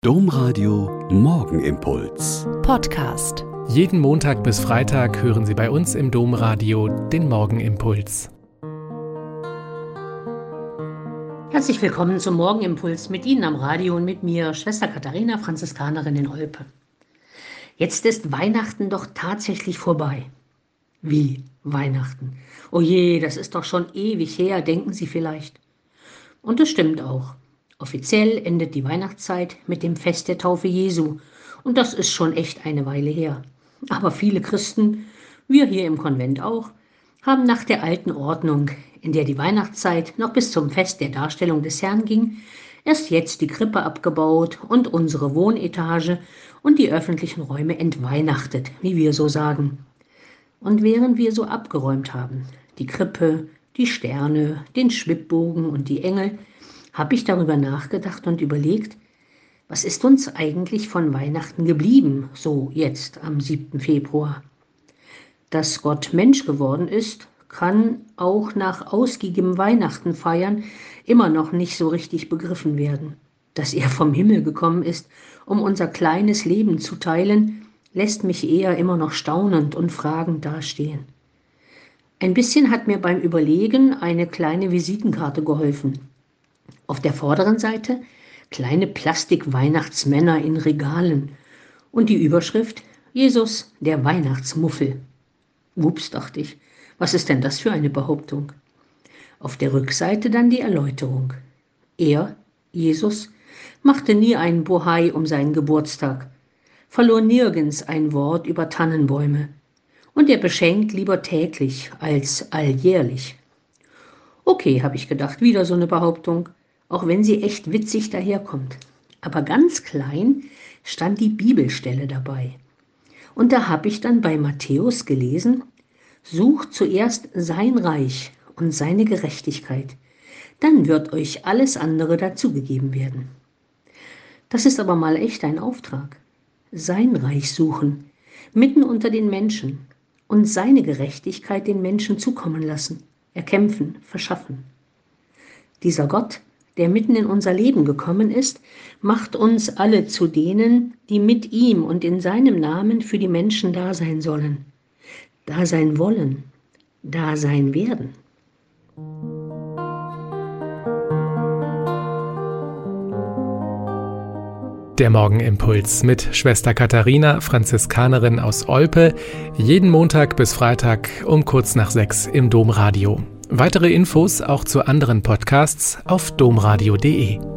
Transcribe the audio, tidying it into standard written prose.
Domradio Morgenimpuls. Podcast. Jeden Montag bis Freitag hören Sie bei uns im Domradio den Morgenimpuls. Herzlich willkommen zum Morgenimpuls mit Ihnen am Radio und mit mir, Schwester Katharina, Franziskanerin in Olpe. Jetzt ist Weihnachten doch tatsächlich vorbei. Wie Weihnachten? Oh je, das ist doch schon ewig her, denken Sie vielleicht. Und es stimmt auch. Offiziell endet die Weihnachtszeit mit dem Fest der Taufe Jesu. Und das ist schon echt eine Weile her. Aber viele Christen, wir hier im Konvent auch, haben nach der alten Ordnung, in der die Weihnachtszeit noch bis zum Fest der Darstellung des Herrn ging, erst jetzt die Krippe abgebaut und unsere Wohnetage und die öffentlichen Räume entweihnachtet, wie wir so sagen. Und während wir so abgeräumt haben, die Krippe, die Sterne, den Schwibbogen und die Engel, habe ich darüber nachgedacht und überlegt, was ist uns eigentlich von Weihnachten geblieben, so jetzt am 7. Februar? Dass Gott Mensch geworden ist, kann auch nach ausgiebigem Weihnachten feiern immer noch nicht so richtig begriffen werden. Dass er vom Himmel gekommen ist, um unser kleines Leben zu teilen, lässt mich eher immer noch staunend und fragend dastehen. Ein bisschen hat mir beim Überlegen eine kleine Visitenkarte geholfen. Auf der vorderen Seite kleine Plastik-Weihnachtsmänner in Regalen und die Überschrift Jesus, der Weihnachtsmuffel. Ups, dachte ich, was ist denn das für eine Behauptung? Auf der Rückseite dann die Erläuterung. Er, Jesus, machte nie einen Bohai um seinen Geburtstag, verlor nirgends ein Wort über Tannenbäume und er beschenkt lieber täglich als alljährlich. Okay, habe ich gedacht, wieder so eine Behauptung, auch wenn sie echt witzig daherkommt. Aber ganz klein stand die Bibelstelle dabei. Und da habe ich dann bei Matthäus gelesen, sucht zuerst sein Reich und seine Gerechtigkeit, dann wird euch alles andere dazugegeben werden. Das ist aber mal echt ein Auftrag. Sein Reich suchen, mitten unter den Menschen und seine Gerechtigkeit den Menschen zukommen lassen, erkämpfen, verschaffen. Dieser Gott, der mitten in unser Leben gekommen ist, macht uns alle zu denen, die mit ihm und in seinem Namen für die Menschen da sein sollen, da sein wollen, da sein werden. Der Morgenimpuls mit Schwester Katharina, Franziskanerin aus Olpe, jeden Montag bis Freitag um kurz nach 6 im Domradio. Weitere Infos auch zu anderen Podcasts auf domradio.de.